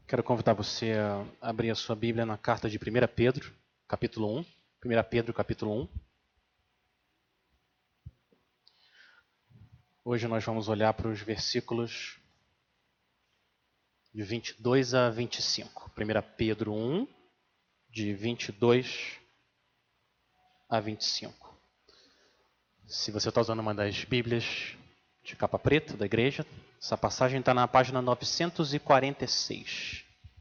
Quero convidar você a abrir a sua Bíblia na carta de 1 Pedro, capítulo 1. 1 Pedro, capítulo 1. Hoje nós vamos olhar para os versículos de 22 a 25. 1 Pedro 1, de 22 a 25. Se você está usando uma das Bíblias de capa preta da igreja, essa passagem está na página 946.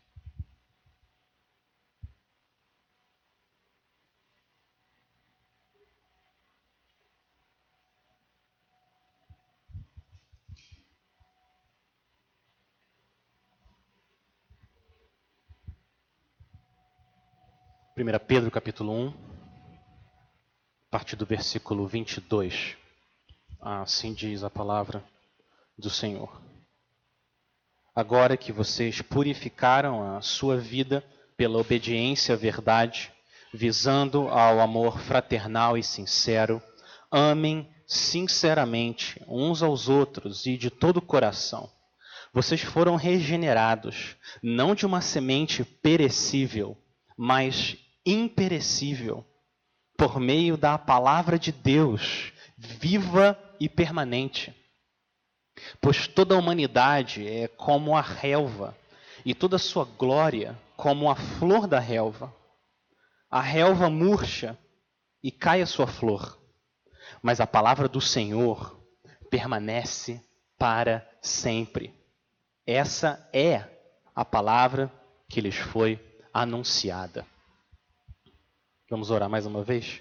Primeira Pedro, capítulo 1, a partir do versículo 22. Assim diz a palavra do Senhor. Agora que vocês purificaram a sua vida pela obediência à verdade, visando ao amor fraternal e sincero, amem sinceramente uns aos outros e de todo o coração. Vocês foram regenerados, não de uma semente perecível, mas imperecível, por meio da palavra de Deus, viva e permanente. Pois toda a humanidade é como a relva, e toda a sua glória como a flor da relva. A relva murcha e cai a sua flor, mas a palavra do Senhor permanece para sempre. Essa é a palavra que lhes foi anunciada. Vamos orar mais uma vez?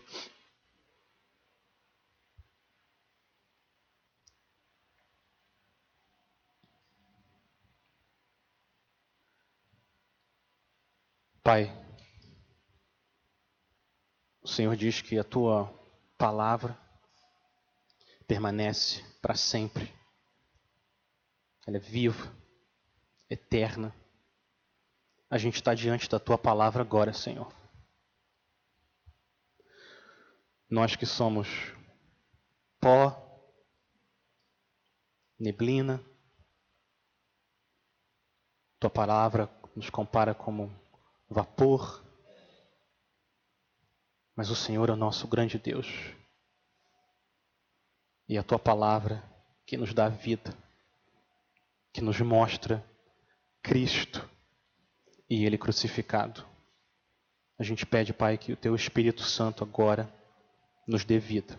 Pai, o Senhor diz que a tua palavra permanece para sempre. Ela é viva, eterna. A gente está diante da tua palavra agora, Senhor. Nós que somos pó, neblina, tua palavra nos compara como vapor, mas o Senhor é o nosso grande Deus. E a tua palavra que nos dá vida, que nos mostra Cristo e Ele crucificado. A gente pede, Pai, que o teu Espírito Santo agora nos dê vida.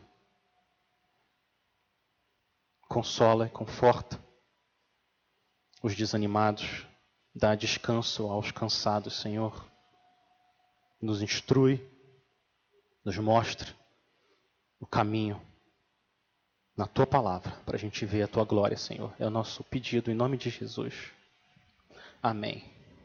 Consola e conforta os desanimados, dá descanso aos cansados, Senhor. Nos instrui, nos mostra o caminho na tua palavra, para a gente ver a tua glória, Senhor. É o nosso pedido em nome de Jesus. Amém.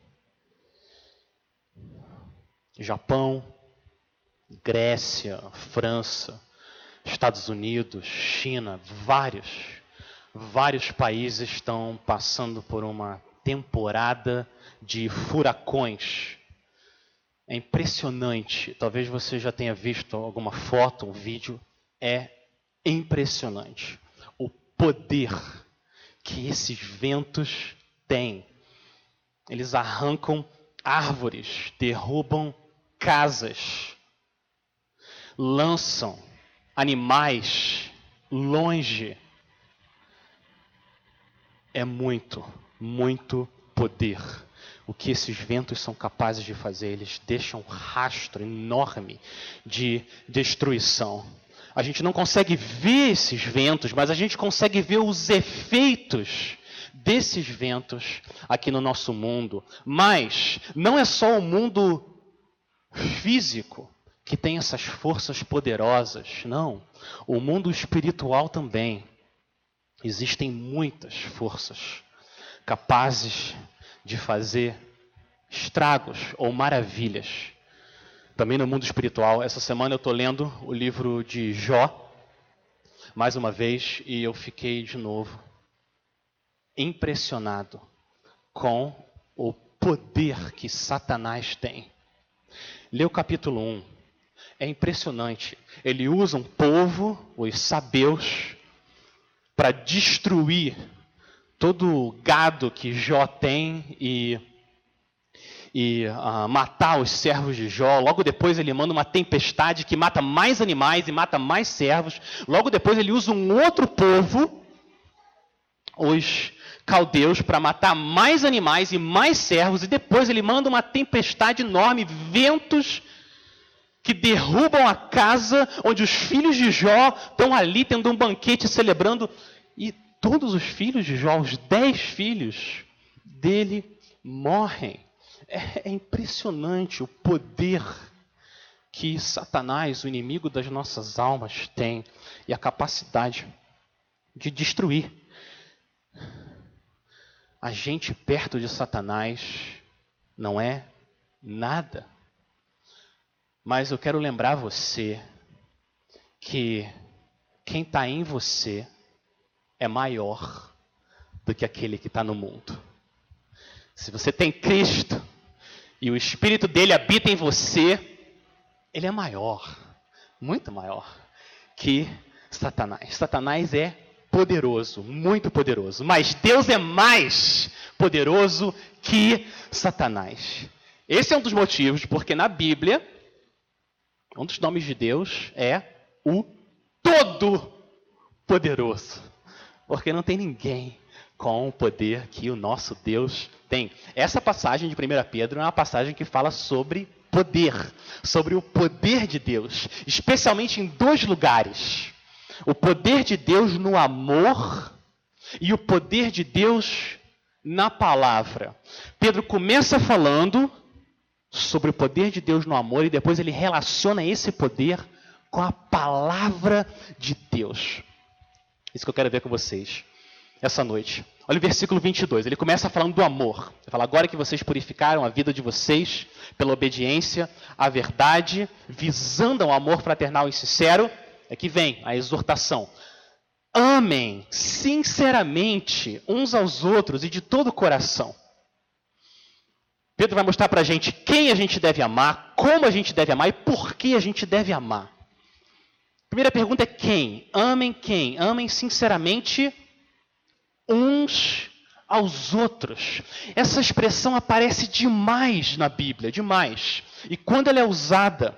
Japão, Grécia, França, Estados Unidos, China, vários países estão passando por uma temporada de furacões. É impressionante. Talvez você já tenha visto alguma foto, um vídeo. É impressionante o poder que esses ventos têm. Eles arrancam árvores, derrubam casas, lançam animais longe. É muito poder. O que esses ventos são capazes de fazer, eles deixam um rastro enorme de destruição. A gente não consegue ver esses ventos, mas a gente consegue ver os efeitos desses ventos aqui no nosso mundo. Mas não é só o mundo físico que tem essas forças poderosas, não. O mundo espiritual também. Existem muitas forças capazes de fazer estragos ou maravilhas. Também no mundo espiritual. Essa semana eu estou lendo o livro de Jó, mais uma vez, e eu fiquei de novo impressionado com o poder que Satanás tem. Lê o capítulo 1. É impressionante. Ele usa um povo, os sabeus, para destruir todo o gado que Jó tem e e matar os servos de Jó. Logo depois ele manda uma tempestade que mata mais animais e mata mais servos. Logo depois ele usa um outro povo, os caldeus, para matar mais animais e mais servos. E depois ele manda uma tempestade enorme, ventos que derrubam a casa onde os filhos de Jó estão ali tendo um banquete celebrando. E todos os filhos de Jó, os 10 filhos dele, morrem. É impressionante o poder que Satanás, o inimigo das nossas almas, tem e a capacidade de destruir. A gente perto de Satanás não é nada. Mas eu quero lembrar você que quem está em você é maior do que aquele que está no mundo. Se você tem Cristo e o Espírito dele habita em você, ele é maior, muito maior que Satanás. Satanás é poderoso, muito poderoso, mas Deus é mais poderoso que Satanás. Esse é um dos motivos porque na Bíblia, um dos nomes de Deus é o Todo-Poderoso. Porque não tem ninguém com o poder que o nosso Deus tem. Essa passagem de 1 Pedro é uma passagem que fala sobre poder, sobre o poder de Deus, especialmente em 2 lugares. O poder de Deus no amor e o poder de Deus na palavra. Pedro começa falando sobre o poder de Deus no amor e depois ele relaciona esse poder com a palavra de Deus. Isso que eu quero ver com vocês essa noite. Olha o versículo 22, ele começa falando do amor. Ele fala, agora que vocês purificaram a vida de vocês pela obediência à verdade, visando ao amor fraternal e sincero, aqui vem a exortação. Amem sinceramente uns aos outros e de todo o coração. Pedro vai mostrar para a gente quem a gente deve amar, como a gente deve amar e por que a gente deve amar. Primeira pergunta é quem? Amem quem? Amem sinceramente uns aos outros. Essa expressão aparece demais na Bíblia, demais. E quando ela é usada,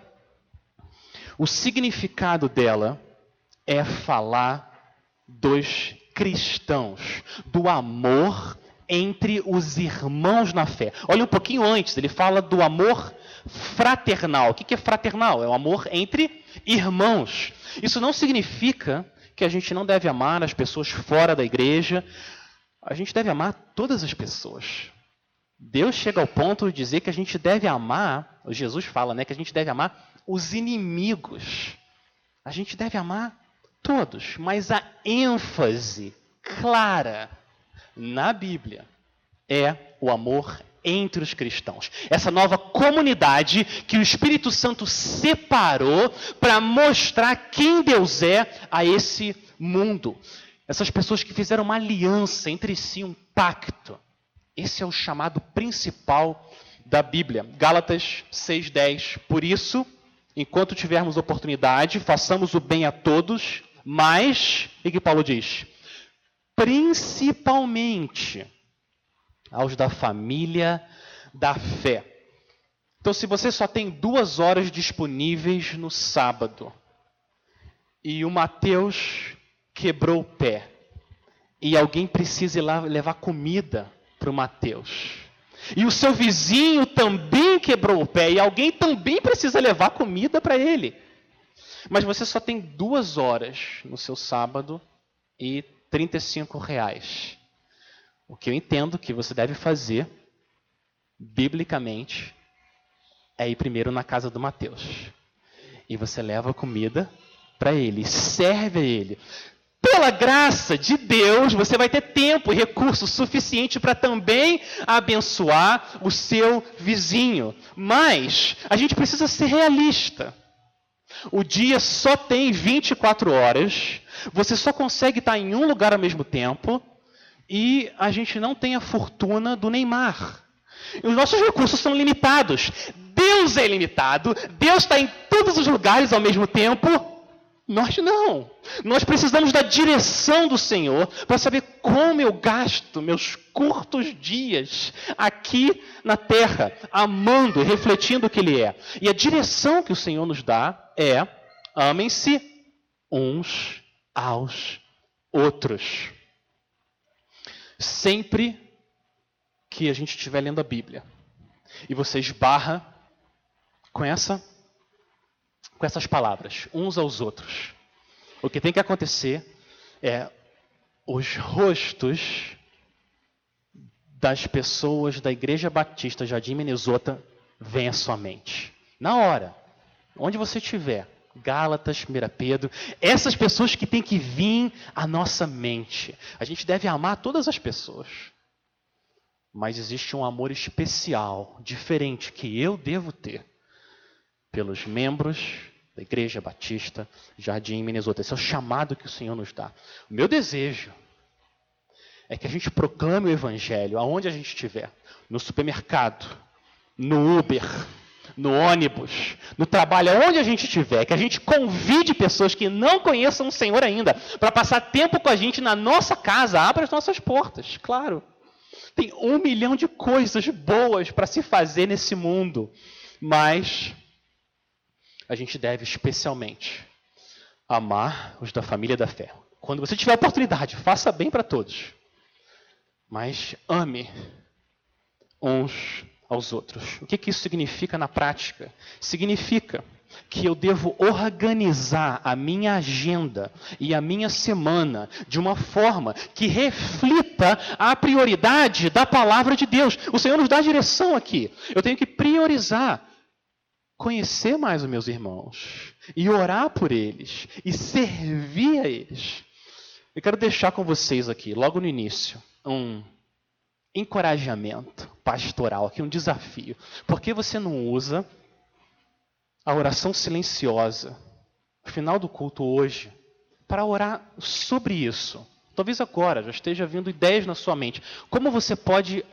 o significado dela é falar dos cristãos, do amor entre os irmãos na fé. Olha um pouquinho antes, ele fala do amor fraternal. O que é fraternal? É o amor entre irmãos. Isso não significa que a gente não deve amar as pessoas fora da igreja. A gente deve amar todas as pessoas. Deus chega ao ponto de dizer que a gente deve amar, Jesus fala, né, que a gente deve amar os inimigos. A gente deve amar todos, mas a ênfase clara na Bíblia é o amor entre os cristãos. Essa nova comunidade que o Espírito Santo separou para mostrar quem Deus é a esse mundo. Essas pessoas que fizeram uma aliança entre si, um pacto. Esse é o chamado principal da Bíblia. Gálatas 6:10. Por isso, enquanto tivermos oportunidade, façamos o bem a todos, mas, o que Paulo diz? Principalmente aos da família da fé. Então, se você só tem 2 horas disponíveis no sábado e o Mateus quebrou o pé e alguém precisa ir lá levar comida para o Mateus e o seu vizinho também quebrou o pé e alguém também precisa levar comida para ele, mas você só tem 2 horas no seu sábado e R$35. O que eu entendo que você deve fazer, biblicamente, é ir primeiro na casa do Mateus. E você leva a comida para ele, serve a ele. Pela graça de Deus, você vai ter tempo e recurso suficiente para também abençoar o seu vizinho. Mas a gente precisa ser realista. O dia só tem 24 horas, você só consegue estar em um lugar ao mesmo tempo, e a gente não tem a fortuna do Neymar. E os nossos recursos são limitados. Deus é ilimitado, Deus está em todos os lugares ao mesmo tempo, Nós não. Nós precisamos da direção do Senhor para saber como eu gasto meus curtos dias aqui na terra, amando e refletindo o que Ele é. E a direção que o Senhor nos dá é: amem-se uns aos outros. Sempre que a gente estiver lendo a Bíblia e você esbarra com essas palavras, uns aos outros, o que tem que acontecer é os rostos das pessoas da Igreja Batista Jardim Minnesota vêm à sua mente. Na hora, onde você estiver, Gálatas, 1 Pedro, essas pessoas que têm que vir à nossa mente. A gente deve amar todas as pessoas, mas existe um amor especial, diferente, que eu devo ter pelos membros da Igreja Batista Jardim Minnesota. Esse é o chamado que o Senhor nos dá. O meu desejo é que a gente proclame o Evangelho aonde a gente estiver, no supermercado, no Uber, no ônibus, no trabalho, aonde a gente estiver, que a gente convide pessoas que não conheçam o Senhor ainda, para passar tempo com a gente na nossa casa. Abra as nossas portas, claro. Tem 1 milhão de coisas boas para se fazer nesse mundo, mas a gente deve especialmente amar os da família da fé. Quando você tiver oportunidade, faça bem para todos, mas ame uns aos outros. O que isso significa na prática? Significa que eu devo organizar a minha agenda e a minha semana de uma forma que reflita a prioridade da palavra de Deus. O Senhor nos dá a direção aqui. Eu tenho que priorizar conhecer mais os meus irmãos e orar por eles e servir a eles. Eu quero deixar com vocês aqui, logo no início, um encorajamento pastoral, aqui um desafio. Por que você não usa a oração silenciosa no final do culto hoje para orar sobre isso? Talvez agora já esteja vindo ideias na sua mente. Como você pode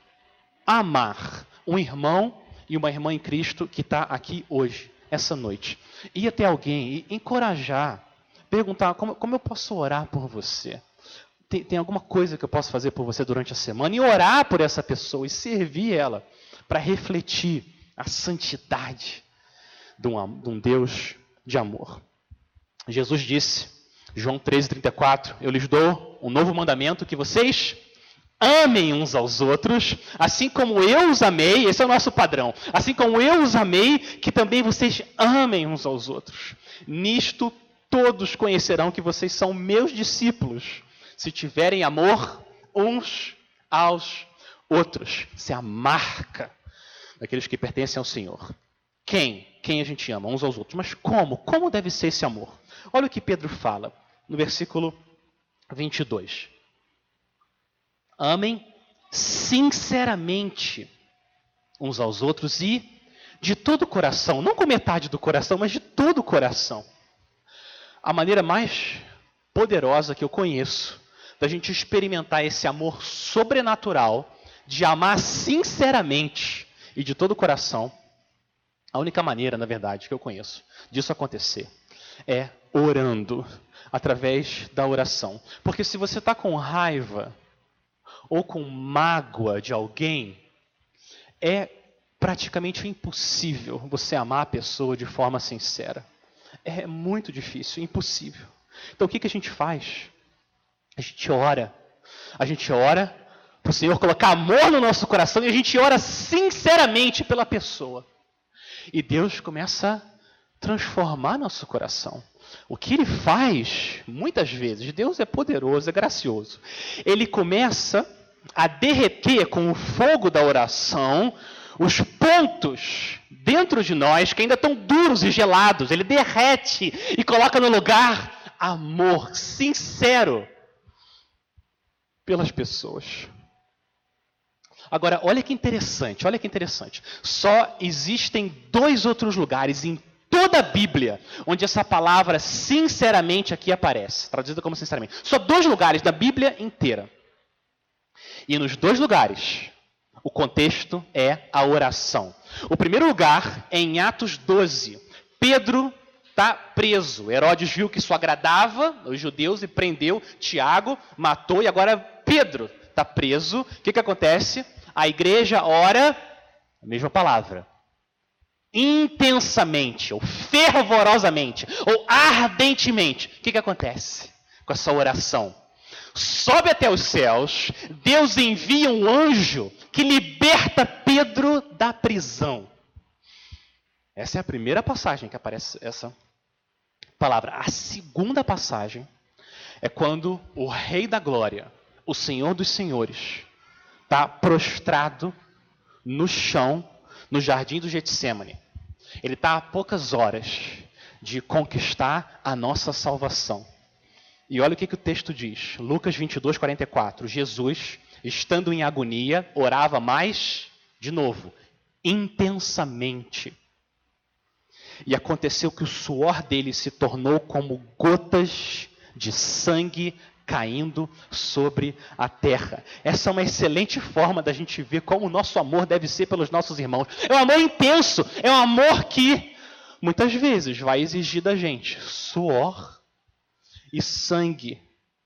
amar um irmão e uma irmã em Cristo que está aqui hoje, essa noite? Ir até alguém e encorajar, perguntar como eu posso orar por você? Tem alguma coisa que eu posso fazer por você durante a semana? E orar por essa pessoa e servir ela para refletir a santidade de um Deus de amor. Jesus disse, João 13:34, eu lhes dou um novo mandamento, que vocês amem uns aos outros, assim como eu os amei. Esse é o nosso padrão. Assim como eu os amei, que também vocês amem uns aos outros. Nisto todos conhecerão que vocês são meus discípulos, se tiverem amor uns aos outros. Essa é a marca daqueles que pertencem ao Senhor. Quem a gente ama? Uns aos outros. Mas como? Como deve ser esse amor? Olha o que Pedro fala no versículo 22. Amem sinceramente uns aos outros e de todo o coração. Não com metade do coração, mas de todo o coração. A maneira mais poderosa que eu conheço da gente experimentar esse amor sobrenatural, de amar sinceramente e de todo o coração, a única maneira, na verdade, que eu conheço disso acontecer é orando, através da oração. Porque se você está com raiva ou com mágoa de alguém, é praticamente impossível você amar a pessoa de forma sincera. É muito difícil, impossível. Então o que a gente faz? A gente ora para o Senhor colocar amor no nosso coração e a gente ora sinceramente pela pessoa. E Deus começa a transformar nosso coração. O que Ele faz, muitas vezes, Deus é poderoso, é gracioso. Ele começa a derreter com o fogo da oração os pontos dentro de nós que ainda estão duros e gelados. Ele derrete e coloca no lugar amor sincero pelas pessoas. Agora, olha que interessante. Só existem 2 outros lugares em toda a Bíblia onde essa palavra sinceramente aqui aparece, traduzida como sinceramente. Só 2 lugares da Bíblia inteira. E nos 2 lugares, o contexto é a oração. O primeiro lugar é em Atos 12. Pedro está preso. Herodes viu que isso agradava os judeus e prendeu Tiago, matou, e agora Pedro está preso. O que acontece? A igreja ora, a mesma palavra, intensamente, ou fervorosamente, ou ardentemente. O que acontece com essa oração? Sobe até os céus, Deus envia um anjo que liberta Pedro da prisão. Essa é a primeira passagem que aparece essa palavra. A segunda passagem é quando o Rei da Glória, o Senhor dos Senhores, está prostrado no chão, no jardim do Getsêmani. Ele está a poucas horas de conquistar a nossa salvação. E olha o que o texto diz. Lucas 22, 44. Jesus, estando em agonia, orava mais, de novo, intensamente. E aconteceu que o suor dele se tornou como gotas de sangue caindo sobre a terra. Essa é uma excelente forma da gente ver como o nosso amor deve ser pelos nossos irmãos. É um amor intenso, é um amor que muitas vezes vai exigir da gente suor e sangue.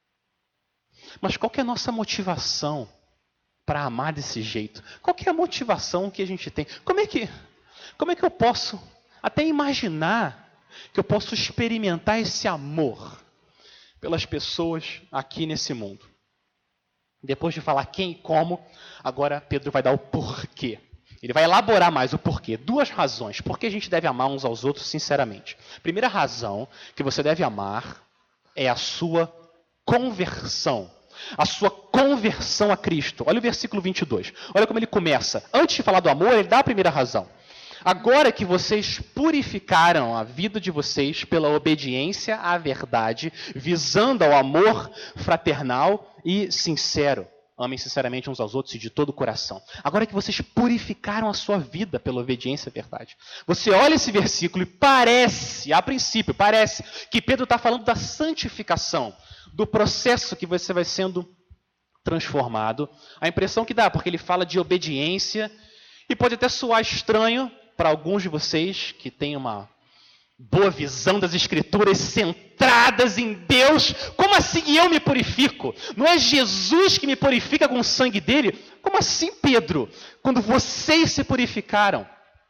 Mas qual que é a nossa motivação para amar desse jeito? Qual que é a motivação que a gente tem? Como é que eu posso até imaginar que eu posso experimentar esse amor pelas pessoas aqui nesse mundo? Depois de falar quem e como, agora Pedro vai dar o porquê. Ele vai elaborar mais o porquê. 2 razões. Por que a gente deve amar uns aos outros sinceramente? Primeira razão que você deve amar é a sua conversão. A sua conversão a Cristo. Olha o versículo 22. Olha como ele começa. Antes de falar do amor, ele dá a primeira razão. Agora que vocês purificaram a vida de vocês pela obediência à verdade, visando ao amor fraternal e sincero. Amem sinceramente uns aos outros e de todo o coração. Agora que vocês purificaram a sua vida pela obediência à verdade. Você olha esse versículo e parece, a princípio, parece que Pedro está falando da santificação, do processo que você vai sendo transformado. A impressão que dá, porque ele fala de obediência, e pode até soar estranho para alguns de vocês que têm uma boa visão das Escrituras, centradas em Deus. Como assim eu me purifico? Não é Jesus que me purifica com o sangue dele? Como assim, Pedro? Quando vocês se purificaram.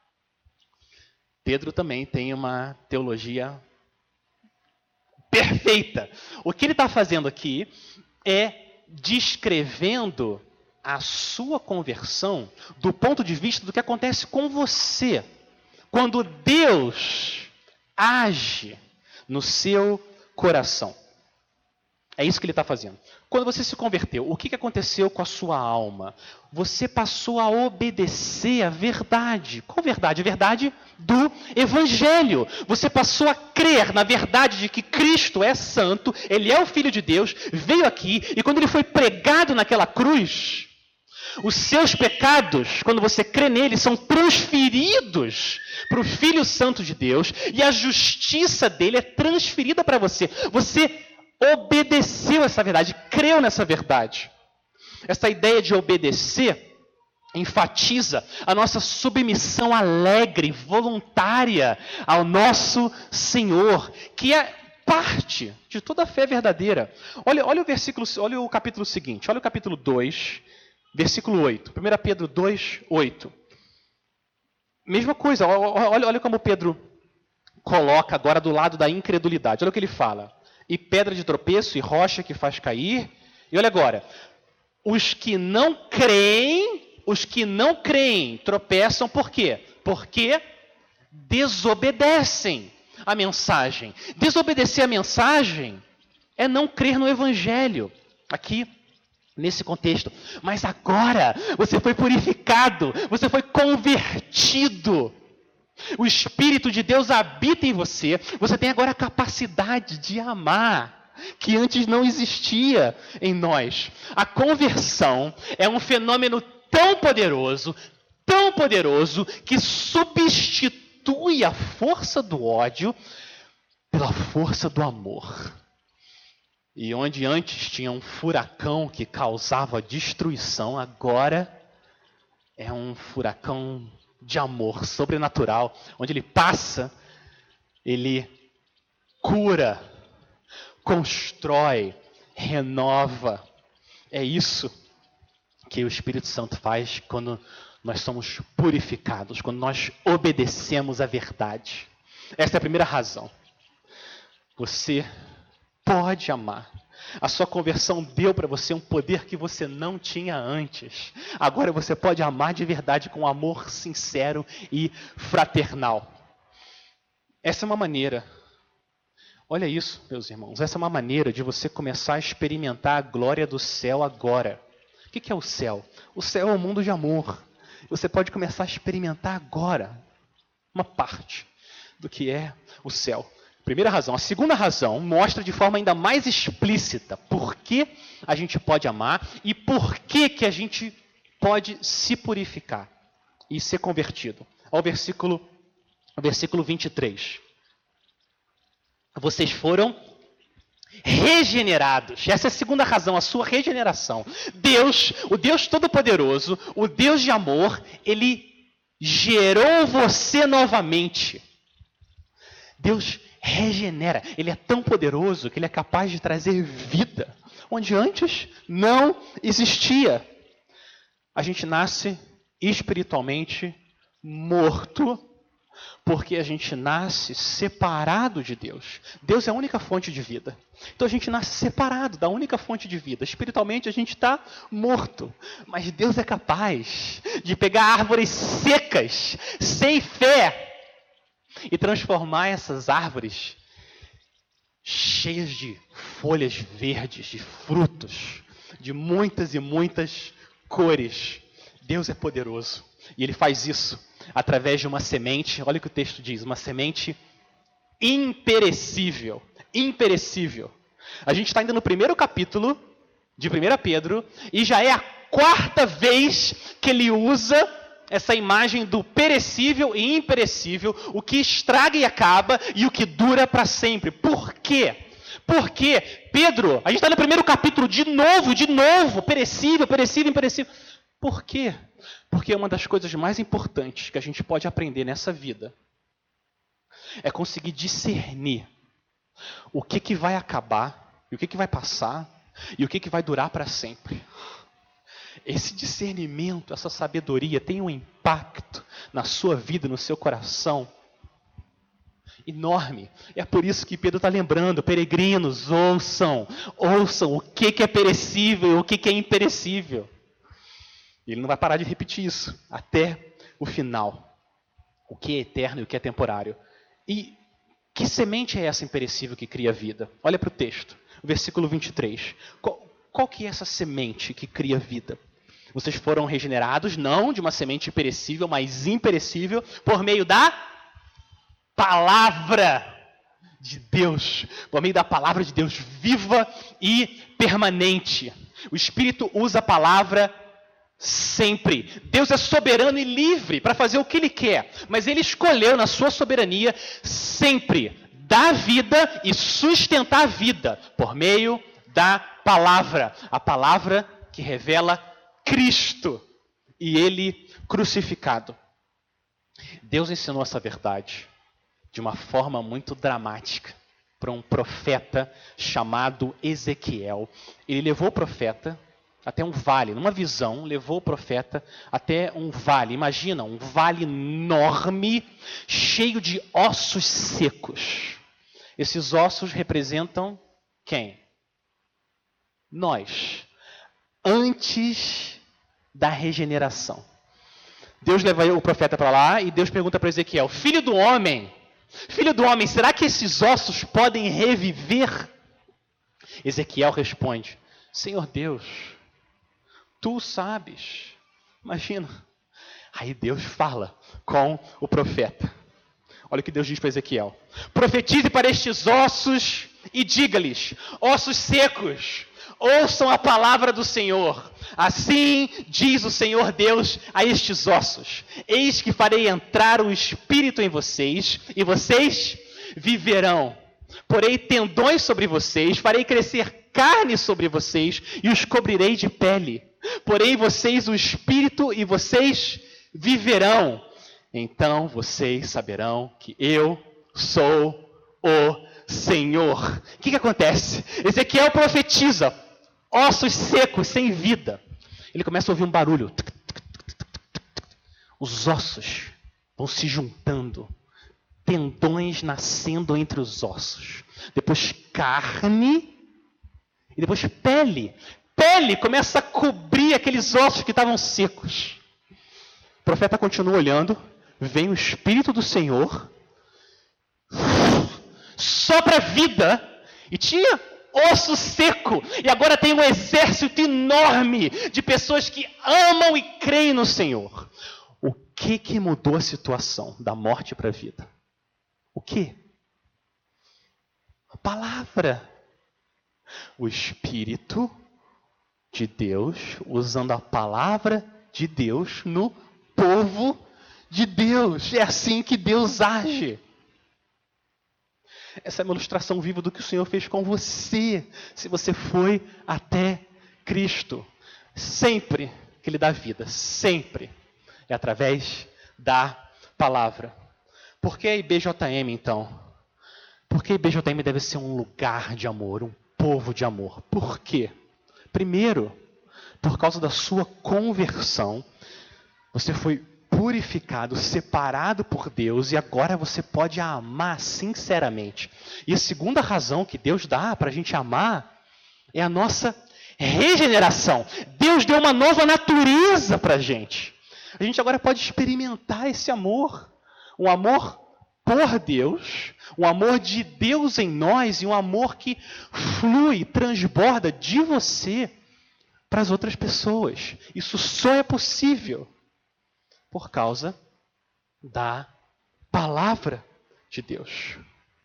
Pedro também tem uma teologia perfeita. O que ele está fazendo aqui é descrevendo a sua conversão do ponto de vista do que acontece com você. Quando Deus age no seu coração. É isso que ele está fazendo. Quando você se converteu, o que aconteceu com a sua alma? Você passou a obedecer a verdade. Qual verdade? A verdade do Evangelho. Você passou a crer na verdade de que Cristo é santo, Ele é o Filho de Deus, veio aqui, e quando Ele foi pregado naquela cruz, os seus pecados, quando você crê nele, são transferidos para o Filho Santo de Deus, e a justiça dele é transferida para você. Você obedeceu essa verdade, creu nessa verdade. Essa ideia de obedecer enfatiza a nossa submissão alegre, voluntária ao nosso Senhor, que é parte de toda a fé verdadeira. Olha o versículo, olha o capítulo seguinte, olha o capítulo 2, versículo 8. 1 Pedro 2, 8. Mesma coisa, olha como Pedro coloca agora do lado da incredulidade. Olha o que ele fala. E pedra de tropeço e rocha que faz cair. E olha agora. Os que não creem tropeçam por quê? Porque desobedecem a mensagem. Desobedecer a mensagem é não crer no Evangelho. Aqui, nesse contexto. Mas agora você foi purificado, você foi convertido. O Espírito de Deus habita em você. Você tem agora a capacidade de amar, que antes não existia em nós. A conversão é um fenômeno tão poderoso, que substitui a força do ódio pela força do amor. E onde antes tinha um furacão que causava destruição, agora é um furacão de amor sobrenatural, onde ele passa, ele cura, constrói, renova. É isso que o Espírito Santo faz quando nós somos purificados, quando nós obedecemos à verdade. Essa é a primeira razão. Você pode amar. A sua conversão deu para você um poder que você não tinha antes. Agora você pode amar de verdade com amor sincero e fraternal. Essa é uma maneira. Olha isso, meus irmãos. Essa é uma maneira de você começar a experimentar a glória do céu agora. O que é o céu? O céu é um mundo de amor. Você pode começar a experimentar agora uma parte do que é o céu. Primeira razão. A segunda razão mostra de forma ainda mais explícita por que a gente pode amar e por que a gente pode se purificar e ser convertido. Ao versículo 23. Vocês foram regenerados. Essa é a segunda razão, a sua regeneração. Deus, o Deus Todo-Poderoso, o Deus de amor, Ele gerou você novamente. Deus regenera. Ele é tão poderoso que Ele é capaz de trazer vida onde antes não existia. A gente nasce espiritualmente morto porque a gente nasce separado de Deus. Deus é a única fonte de vida. Então a gente nasce separado da única fonte de vida. Espiritualmente a gente está morto. Mas Deus é capaz de pegar árvores secas, sem fé, e transformar essas árvores cheias de folhas verdes, de frutos, de muitas e muitas cores. Deus é poderoso. E Ele faz isso através de uma semente. Olha o que o texto diz. Uma semente imperecível. Imperecível. A gente está ainda no primeiro capítulo de 1 Pedro. E já é a quarta vez que ele usa essa imagem do perecível e imperecível, o que estraga e acaba e o que dura para sempre. Por quê? Porque, Pedro, a gente está no primeiro capítulo de novo, perecível, imperecível. Por quê? Porque uma das coisas mais importantes que a gente pode aprender nessa vida é conseguir discernir o que vai acabar, e o que vai passar, e o que vai durar para sempre. Esse discernimento, essa sabedoria tem um impacto na sua vida, no seu coração, enorme. É por isso que Pedro está lembrando, peregrinos, ouçam o que é perecível e o que é imperecível. Ele não vai parar de repetir isso até o final. O que é eterno e o que é temporário. E que semente é essa imperecível que cria vida? Olha para o texto, versículo 23. Qual que é essa semente que cria vida? Vocês foram regenerados, não de uma semente perecível, mas imperecível, por meio da palavra de Deus. Por meio da palavra de Deus viva e permanente. O Espírito usa a palavra sempre. Deus é soberano e livre para fazer o que Ele quer. Mas Ele escolheu na sua soberania sempre dar vida e sustentar a vida por meio da palavra. A palavra que revela Cristo e Ele crucificado. Deus ensinou essa verdade de uma forma muito dramática para um profeta chamado Ezequiel. Ele levou o profeta até um vale, numa visão, levou o profeta até um vale. Imagina, um vale enorme, cheio de ossos secos. Esses ossos representam quem? Nós. Antes da regeneração. Deus leva o profeta para lá e Deus pergunta para Ezequiel, filho do homem, será que esses ossos podem reviver? Ezequiel responde, Senhor Deus, Tu sabes. Imagina. Aí Deus fala com o profeta. Olha o que Deus diz para Ezequiel. Profetize para estes ossos e diga-lhes, ossos secos, ouçam a palavra do Senhor. Assim diz o Senhor Deus a estes ossos. Eis que farei entrar o Espírito em vocês e vocês viverão. Porei tendões sobre vocês, farei crescer carne sobre vocês e os cobrirei de pele. Porei em vocês o Espírito e vocês viverão. Então vocês saberão que eu sou o Senhor. O que acontece? Ezequiel profetiza, ossos secos, sem vida. Ele começa a ouvir um barulho. Os ossos vão se juntando, tendões nascendo entre os ossos, depois carne e depois pele. Pele começa a cobrir aqueles ossos que estavam secos. O profeta continua olhando, vem o Espírito do Senhor, sopra a vida, e tinha osso seco, e agora tem um exército enorme de pessoas que amam e creem no Senhor. O que mudou a situação da morte para a vida? O que? A palavra. O Espírito de Deus usando a palavra de Deus no povo de Deus. É assim que Deus age. Essa é uma ilustração viva do que o Senhor fez com você, se você foi até Cristo. Sempre que Ele dá vida, sempre é através da palavra. Por que a IBJM, então? Por que a IBJM deve ser um lugar de amor, um povo de amor? Por quê? Primeiro, por causa da sua conversão, você foi purificado, separado por Deus, e agora você pode amar sinceramente. E a segunda razão que Deus dá para a gente amar é a nossa regeneração. Deus deu uma nova natureza para a gente. A gente agora pode experimentar esse amor. Um amor por Deus, um amor de Deus em nós e um amor que flui, transborda de você para as outras pessoas. Isso só é possível por causa da palavra de Deus.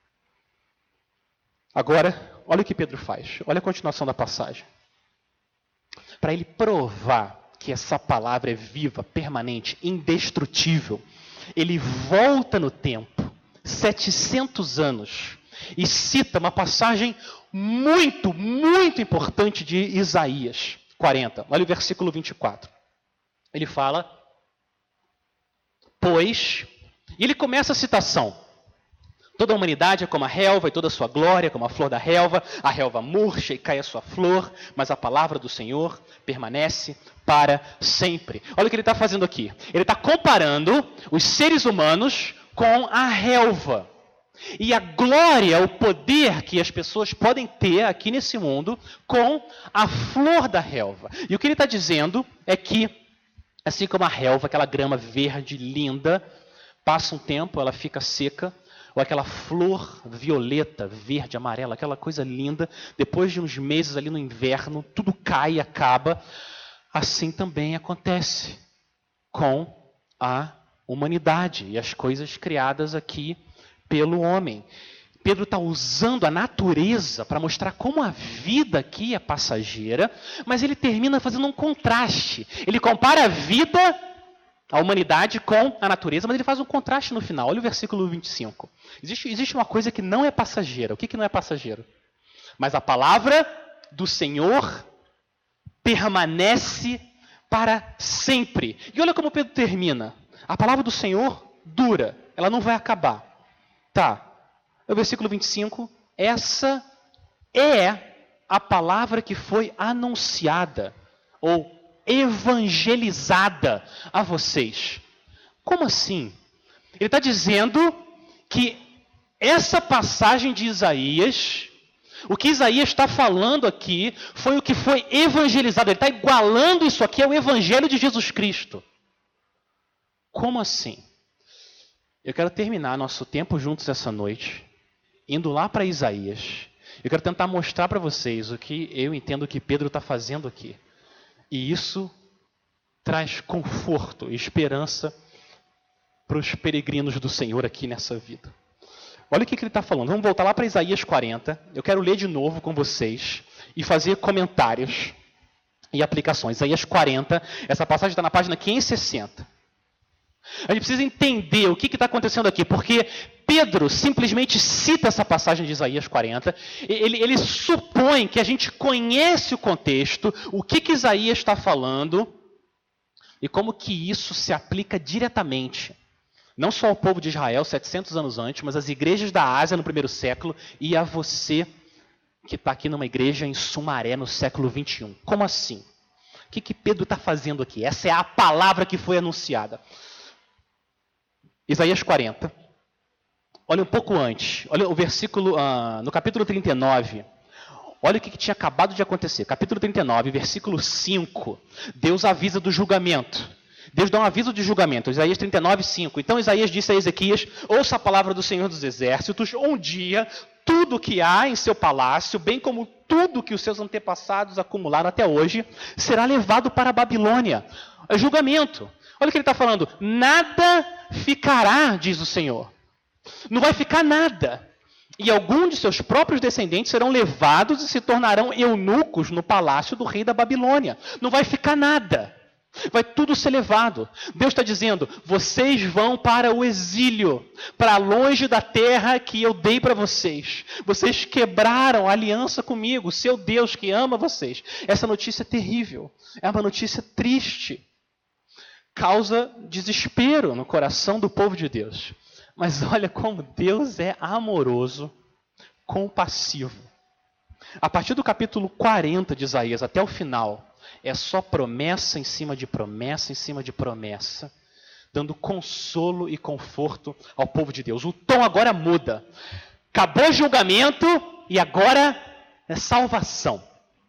Agora, olha o que Pedro faz. Olha a continuação da passagem. Para ele provar que essa palavra é viva, permanente, indestrutível, ele volta no tempo, 700 anos, e cita uma passagem muito, muito importante de Isaías 40. Olha o versículo 24. Ele fala, pois, e ele começa a citação. Toda a humanidade é como a relva e toda a sua glória como a flor da relva. A relva murcha e cai a sua flor, mas a palavra do Senhor permanece para sempre. Olha o que ele está fazendo aqui. Ele está comparando os seres humanos com a relva. E a glória, o poder que as pessoas podem ter aqui nesse mundo com a flor da relva. E o que ele está dizendo é que, assim como a relva, aquela grama verde, linda, passa um tempo, ela fica seca, ou aquela flor violeta, verde, amarela, aquela coisa linda, depois de uns meses ali no inverno, tudo cai e acaba. Assim também acontece com a humanidade e as coisas criadas aqui pelo homem. Pedro está usando a natureza para mostrar como a vida aqui é passageira, mas ele termina fazendo um contraste. Ele compara a vida, a humanidade, com a natureza, mas ele faz um contraste no final. Olha o versículo 25. Existe uma coisa que não é passageira. O que não é passageiro? Mas a palavra do Senhor permanece para sempre. E olha como Pedro termina. A palavra do Senhor dura, ela não vai acabar. Tá, o versículo 25, essa é a palavra que foi anunciada, ou evangelizada a vocês. Como assim? Ele está dizendo que essa passagem de Isaías, o que Isaías está falando aqui, foi o que foi evangelizado. Ele está igualando isso aqui ao evangelho de Jesus Cristo. Como assim? Eu quero terminar nosso tempo juntos essa noite, indo lá para Isaías. Eu quero tentar mostrar para vocês o que eu entendo que Pedro está fazendo aqui. E isso traz conforto e esperança para os peregrinos do Senhor aqui nessa vida. Olha o que ele está falando. Vamos voltar lá para Isaías 40. Eu quero ler de novo com vocês e fazer comentários e aplicações. Isaías 40, essa passagem está na página 560. A gente precisa entender o que está acontecendo aqui, porque Pedro simplesmente cita essa passagem de Isaías 40, ele supõe que a gente conhece o contexto, o que Isaías está falando, e como que isso se aplica diretamente Não só ao povo de Israel, 700 anos antes, mas às igrejas da Ásia no primeiro século e a você que está aqui numa igreja em Sumaré no século 21. Como assim? O que Pedro está fazendo aqui? Essa é a palavra que foi anunciada. Isaías 40. Olha um pouco antes. Olha o versículo, no capítulo 39. Olha o que tinha acabado de acontecer. Capítulo 39, versículo 5. Deus avisa do julgamento. Deus dá um aviso de julgamento. Isaías 39, 5. Então Isaías disse a Ezequias: ouça a palavra do Senhor dos Exércitos. Um dia, tudo que há em seu palácio, bem como tudo que os seus antepassados acumularam até hoje, será levado para a Babilônia. É julgamento. Olha o que ele está falando. Nada ficará, diz o Senhor. Não vai ficar nada. E alguns de seus próprios descendentes serão levados e se tornarão eunucos no palácio do rei da Babilônia. Não vai ficar nada. Vai tudo ser levado. Deus está dizendo: vocês vão para o exílio, para longe da terra que eu dei para vocês. Vocês quebraram a aliança comigo, seu Deus que ama vocês. Essa notícia é terrível. É uma notícia triste. Causa desespero no coração do povo de Deus. Mas olha como Deus é amoroso, compassivo. A partir do capítulo 40 de Isaías até o final, é só promessa em cima de promessa, em cima de promessa, dando consolo e conforto ao povo de Deus. O tom agora muda. Acabou o julgamento e agora é salvação.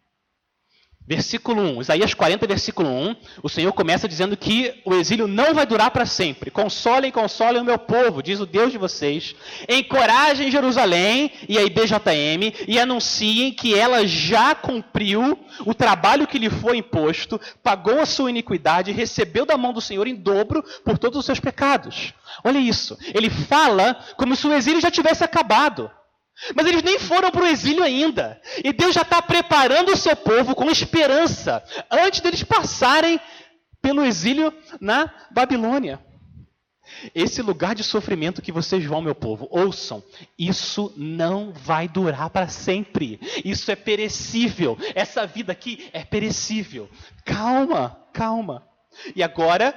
Versículo 1, Isaías 40, versículo 1, o Senhor começa dizendo que o exílio não vai durar para sempre. Consolem, consolem o meu povo, diz o Deus de vocês. Encorajem Jerusalém e a IBJM e anunciem que ela já cumpriu o trabalho que lhe foi imposto, pagou a sua iniquidade e recebeu da mão do Senhor em dobro por todos os seus pecados. Olha isso, ele fala como se o exílio já tivesse acabado. Mas eles nem foram para o exílio ainda. E Deus já está preparando o seu povo com esperança, antes deles passarem pelo exílio na Babilônia. Esse lugar de sofrimento que vocês vão, meu povo, ouçam, isso não vai durar para sempre. Isso é perecível. Essa vida aqui é perecível. Calma, calma. E agora,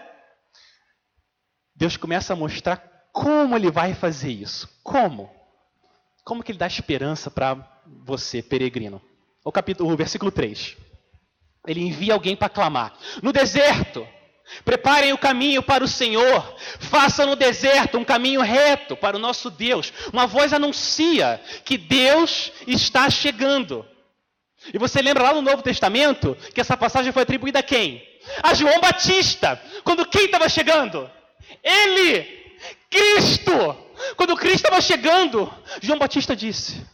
Deus começa a mostrar como Ele vai fazer isso. Como? Como que ele dá esperança para você, peregrino? O versículo 3. Ele envia alguém para clamar. No deserto, preparem o caminho para o Senhor. Façam no deserto um caminho reto para o nosso Deus. Uma voz anuncia que Deus está chegando. E você lembra lá no Novo Testamento que essa passagem foi atribuída a quem? A João Batista. Quando quem estava chegando? Ele, Cristo. Quando Cristo estava chegando, João Batista disse: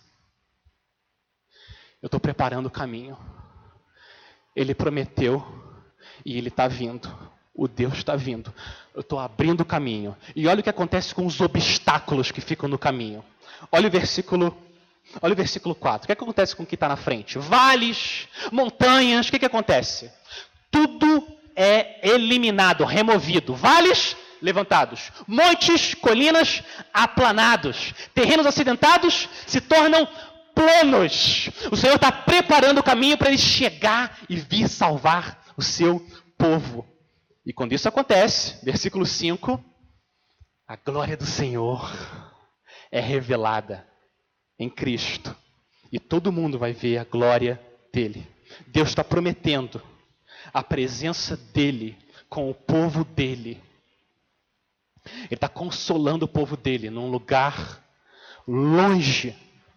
eu estou preparando o caminho. Ele prometeu e ele está vindo. O Deus está vindo. Eu estou abrindo o caminho. E olha o que acontece com os obstáculos que ficam no caminho. Olha o versículo 4. O que acontece com o que está na frente? Vales, montanhas, o que acontece? Tudo é eliminado, removido. Vales levantados, montes, colinas aplanados, terrenos acidentados se tornam planos. O Senhor está preparando o caminho para Ele chegar e vir salvar o seu povo. E quando isso acontece, versículo 5, a glória do Senhor é revelada em Cristo. E todo mundo vai ver a glória dele. Deus está prometendo a presença dele com o povo dele. Ele está consolando o povo dele num lugar longe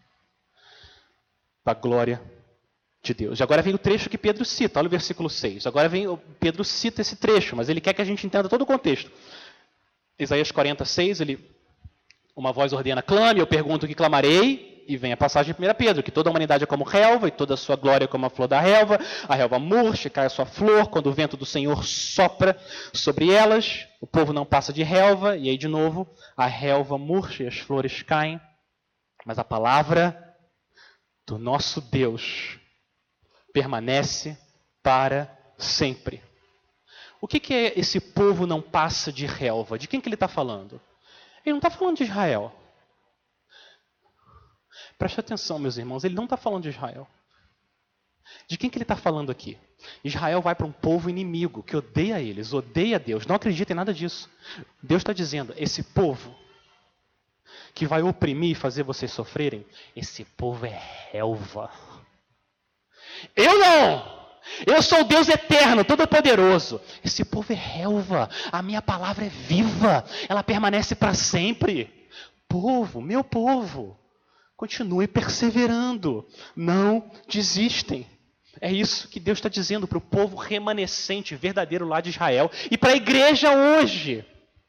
da glória de Deus. E agora vem o trecho que Pedro cita, olha o versículo 6. Agora Pedro cita esse trecho, mas ele quer que a gente entenda todo o contexto. Isaías 46, uma voz ordena, clame, eu pergunto o que clamarei, e vem a passagem de 1 Pedro, que toda a humanidade é como relva, e toda a sua glória é como a flor da relva, a relva murcha, cai a sua flor, quando o vento do Senhor sopra sobre elas, o povo não passa de relva, e aí de novo, a relva murcha e as flores caem, mas a palavra do nosso Deus permanece para sempre. O que é esse povo não passa de relva? De quem que ele está falando? Ele não está falando de Israel. Preste atenção, meus irmãos, ele não está falando de Israel. De quem que ele está falando aqui? Israel vai para um povo inimigo, que odeia eles, odeia Deus, não acredita em nada disso. Deus está dizendo, esse povo que vai oprimir e fazer vocês sofrerem, esse povo é relva. Eu não! Eu sou o Deus eterno, todo-poderoso. Esse povo é relva, a minha palavra é viva, ela permanece para sempre. Povo, meu povo, continue perseverando, não desistem. É isso que Deus está dizendo para o povo remanescente, verdadeiro lá de Israel, e para a igreja hoje.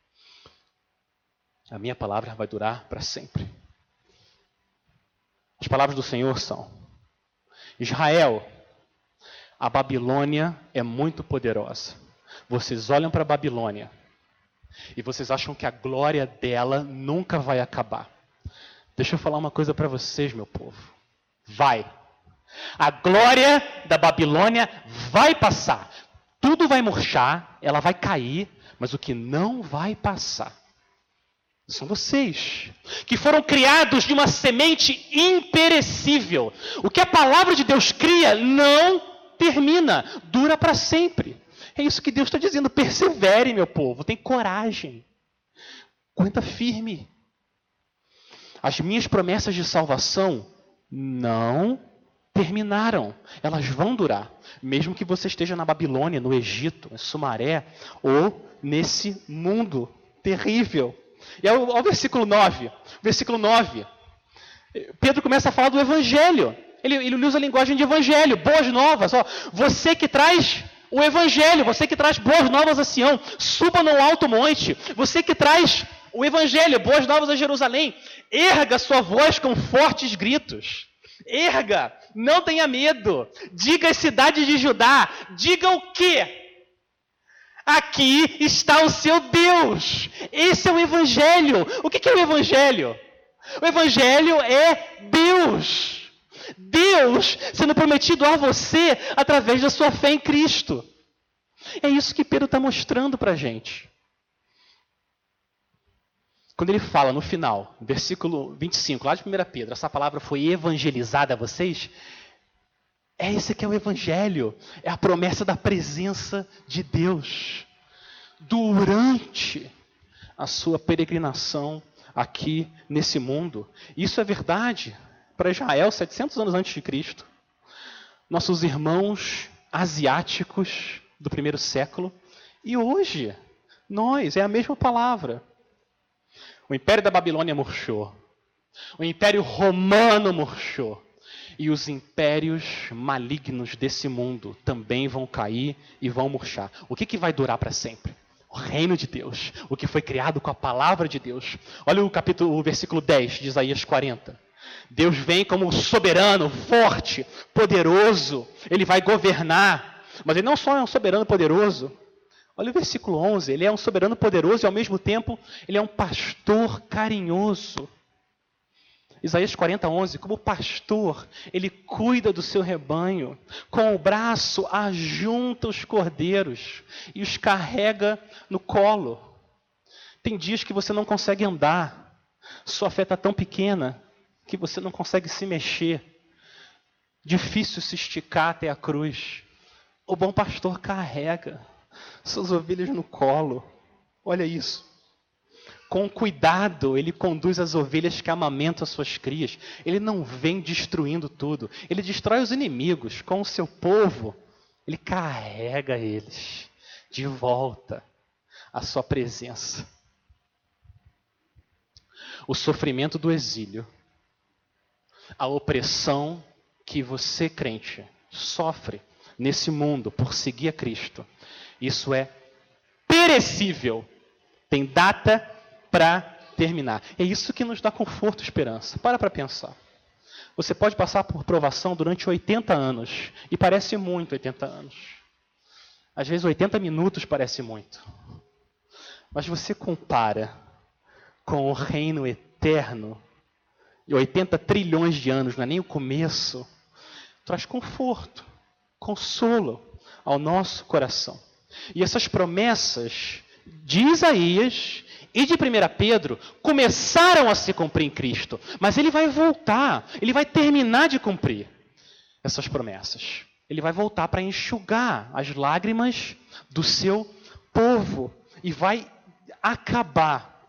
A minha palavra vai durar para sempre. As palavras do Senhor são: Israel, a Babilônia é muito poderosa. Vocês olham para a Babilônia e vocês acham que a glória dela nunca vai acabar. Deixa eu falar uma coisa para vocês, meu povo. Vai. A glória da Babilônia vai passar. Tudo vai murchar, ela vai cair, mas o que não vai passar são vocês, que foram criados de uma semente imperecível. O que a palavra de Deus cria não termina, dura para sempre. É isso que Deus está dizendo. Persevere, meu povo, tem coragem. Aguenta firme. As minhas promessas de salvação não terminaram. Elas vão durar. Mesmo que você esteja na Babilônia, no Egito, em Sumaré, ou nesse mundo terrível. E ao versículo 9. Versículo 9. Pedro começa a falar do Evangelho. Ele usa a linguagem de Evangelho. Boas novas. Ó, você que traz o Evangelho. Você que traz boas novas a Sião. Suba no alto monte. Você que traz o Evangelho. Boas novas a Jerusalém. Erga sua voz com fortes gritos. Erga. Não tenha medo. Diga às cidades de Judá. Diga o quê? Aqui está o seu Deus. Esse é o Evangelho. O que é o Evangelho? O Evangelho é Deus. Deus sendo prometido a você através da sua fé em Cristo. É isso que Pedro está mostrando para a gente. Quando ele fala no final, versículo 25, lá de 1 Pedro, essa palavra foi evangelizada a vocês. Esse que é o Evangelho, é a promessa da presença de Deus durante a sua peregrinação aqui nesse mundo. Isso é verdade para Israel 700 anos antes de Cristo. Nossos irmãos asiáticos do primeiro século e hoje, nós, é a mesma palavra. O Império da Babilônia murchou, o Império Romano murchou. E os impérios malignos desse mundo também vão cair e vão murchar. O que vai durar para sempre? O reino de Deus, o que foi criado com a palavra de Deus. Olha o versículo 10 de Isaías 40. Deus vem como soberano, forte, poderoso. Ele vai governar. Mas ele não só é um soberano poderoso. Olha o versículo 11. Ele é um soberano poderoso e ao mesmo tempo ele é um pastor carinhoso. Isaías 40, 11, como pastor, ele cuida do seu rebanho, com o braço ajunta os cordeiros e os carrega no colo. Tem dias que você não consegue andar, sua fé está tão pequena que você não consegue se mexer, difícil se esticar até a cruz. O bom pastor carrega suas ovelhas no colo, olha isso. Com cuidado, ele conduz as ovelhas que amamentam as suas crias. Ele não vem destruindo tudo. Ele destrói os inimigos. Com o seu povo, ele carrega eles de volta à sua presença. O sofrimento do exílio, a opressão que você, crente, sofre nesse mundo por seguir a Cristo, isso é perecível. Tem data para terminar. É isso que nos dá conforto e esperança. Para pensar. Você pode passar por provação durante 80 anos. E parece muito 80 anos. Às vezes 80 minutos parece muito. Mas você compara com o reino eterno. E 80 trilhões de anos, não é nem o começo. Traz conforto, consolo ao nosso coração. E essas promessas de Isaías e de 1 Pedro começaram a se cumprir em Cristo. Mas ele vai voltar, ele vai terminar de cumprir essas promessas. Ele vai voltar para enxugar as lágrimas do seu povo e vai acabar,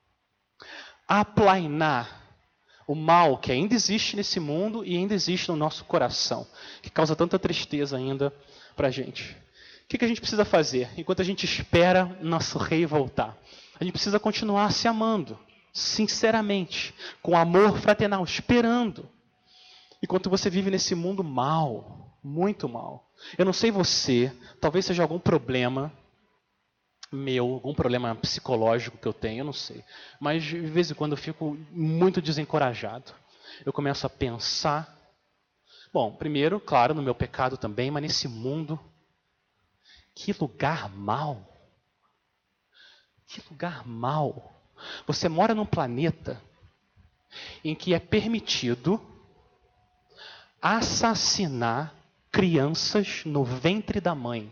aplainar o mal que ainda existe nesse mundo e ainda existe no nosso coração, que causa tanta tristeza ainda para a gente. O que a gente precisa fazer enquanto a gente espera nosso rei voltar? A gente precisa continuar se amando, sinceramente, com amor fraternal, esperando. Enquanto você vive nesse mundo mal, muito mal. Eu não sei você, talvez seja algum problema meu, algum problema psicológico que eu tenho, eu não sei. Mas de vez em quando eu fico muito desencorajado. Eu começo a pensar, bom, primeiro, claro, no meu pecado também, mas nesse mundo, que lugar mau. Que lugar mau. Você mora num planeta em que é permitido assassinar crianças no ventre da mãe.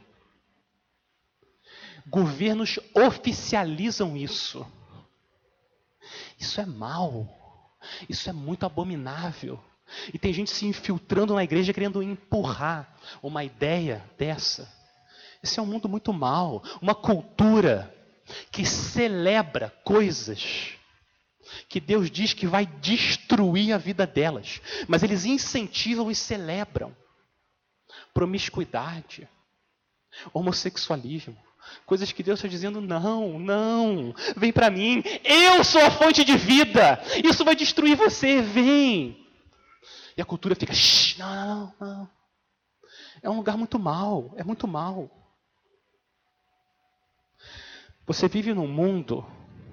Governos oficializam isso. Isso é mal. Isso é muito abominável. E tem gente se infiltrando na igreja querendo empurrar uma ideia dessa. Esse é um mundo muito mau. Uma cultura que celebra coisas que Deus diz que vai destruir a vida delas. Mas eles incentivam e celebram. Promiscuidade. Homossexualismo. Coisas que Deus está dizendo, não, vem para mim, eu sou a fonte de vida, isso vai destruir você, vem. E a cultura fica, não. É um lugar muito mau, é muito mau. Você vive num mundo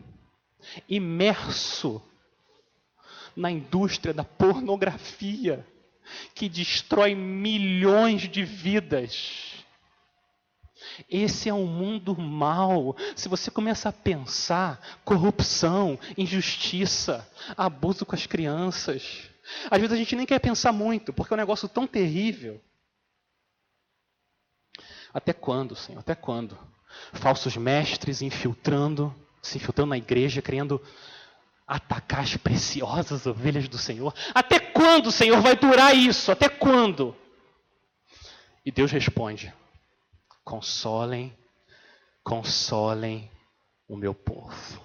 imerso na indústria da pornografia, que destrói milhões de vidas. Esse é um mundo mau. Se você começa a pensar corrupção, injustiça, abuso com as crianças, às vezes a gente nem quer pensar muito, porque é um negócio tão terrível. Até quando, Senhor? Até quando? Falsos mestres se infiltrando na igreja, querendo atacar as preciosas ovelhas do Senhor. Até quando, Senhor, vai durar isso? Até quando? E Deus responde: consolem o meu povo.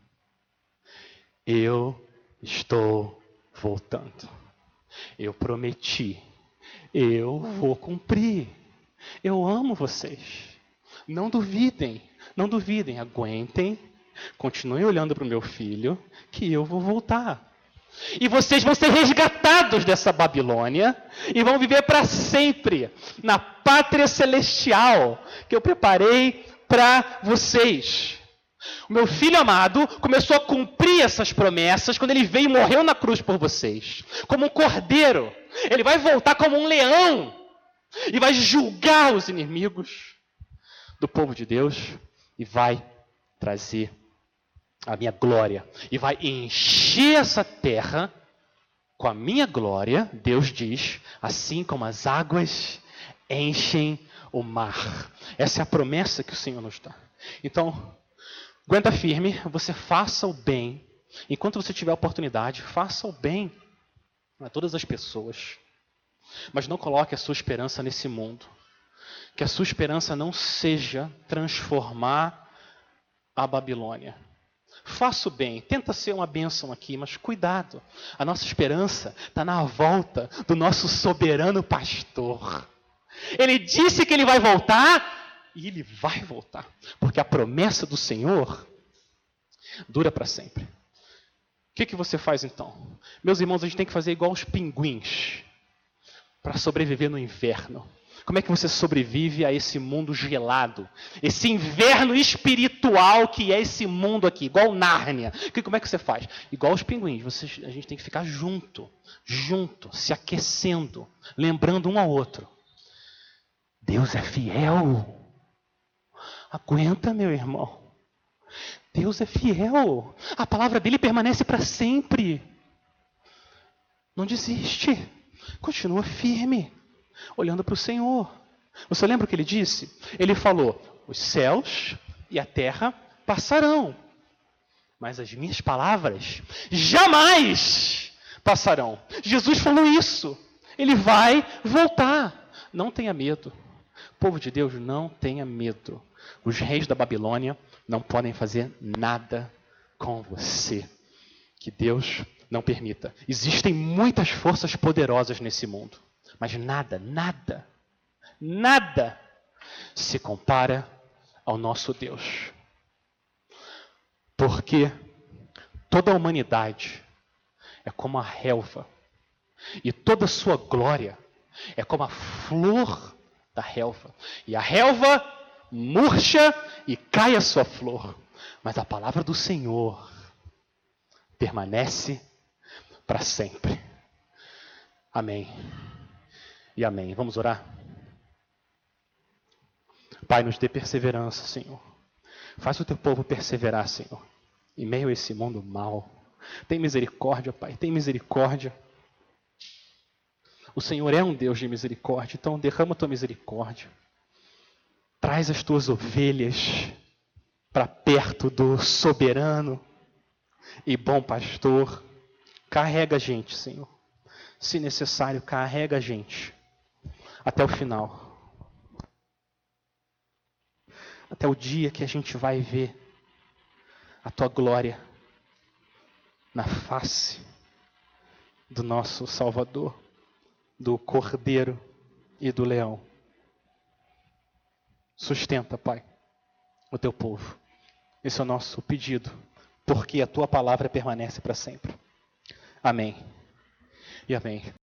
Eu estou voltando. Eu prometi. Eu vou cumprir. Eu amo vocês. Não duvidem, aguentem, continuem olhando para o meu filho, que eu vou voltar. E vocês vão ser resgatados dessa Babilônia e vão viver para sempre na pátria celestial que eu preparei para vocês. O meu filho amado começou a cumprir essas promessas quando ele veio e morreu na cruz por vocês. Como um cordeiro. Ele vai voltar como um leão e vai julgar os inimigos do povo de Deus e vai trazer a minha glória. E vai encher essa terra com a minha glória, Deus diz, assim como as águas enchem o mar. Essa é a promessa que o Senhor nos dá. Então, aguenta firme, você faça o bem. Enquanto você tiver a oportunidade, faça o bem a todas as pessoas. Mas não coloque a sua esperança nesse mundo. Que a sua esperança não seja transformar a Babilônia. Faça o bem, tenta ser uma bênção aqui, mas cuidado. A nossa esperança está na volta do nosso soberano pastor. Ele disse que ele vai voltar, e ele vai voltar. Porque a promessa do Senhor dura para sempre. O que você faz então? Meus irmãos, a gente tem que fazer igual os pinguins para sobreviver no inverno. Como é que você sobrevive a esse mundo gelado? Esse inverno espiritual que é esse mundo aqui, igual Nárnia. Como é que você faz? Igual os pinguins, a gente tem que ficar junto, se aquecendo, lembrando um ao outro. Deus é fiel. Aguenta, meu irmão. Deus é fiel. A palavra dele permanece para sempre. Não desiste. Continua firme. Olhando para o Senhor. Você lembra o que ele disse? Ele falou, os céus e a terra passarão, mas as minhas palavras jamais passarão. Jesus falou isso. Ele vai voltar. Não tenha medo. Povo de Deus, não tenha medo. Os reis da Babilônia não podem fazer nada com você. Que Deus não permita. Existem muitas forças poderosas nesse mundo, mas nada se compara ao nosso Deus. Porque toda a humanidade é como a relva, e toda a sua glória é como a flor da relva. E a relva murcha e cai a sua flor, mas a palavra do Senhor permanece para sempre. Amém e amém. Vamos orar? Pai, nos dê perseverança, Senhor. Faz o teu povo perseverar, Senhor, em meio a esse mundo mau. Tem misericórdia, Pai, tem misericórdia. O Senhor é um Deus de misericórdia, então derrama a tua misericórdia. Traz as tuas ovelhas para perto do soberano e bom pastor. Carrega a gente, Senhor. Se necessário, carrega a gente até o final. Até o dia que a gente vai ver a tua glória na face do nosso Salvador, do Cordeiro e do Leão. Sustenta, Pai, o teu povo. Esse é o nosso pedido, porque a tua palavra permanece para sempre. Amém e amém.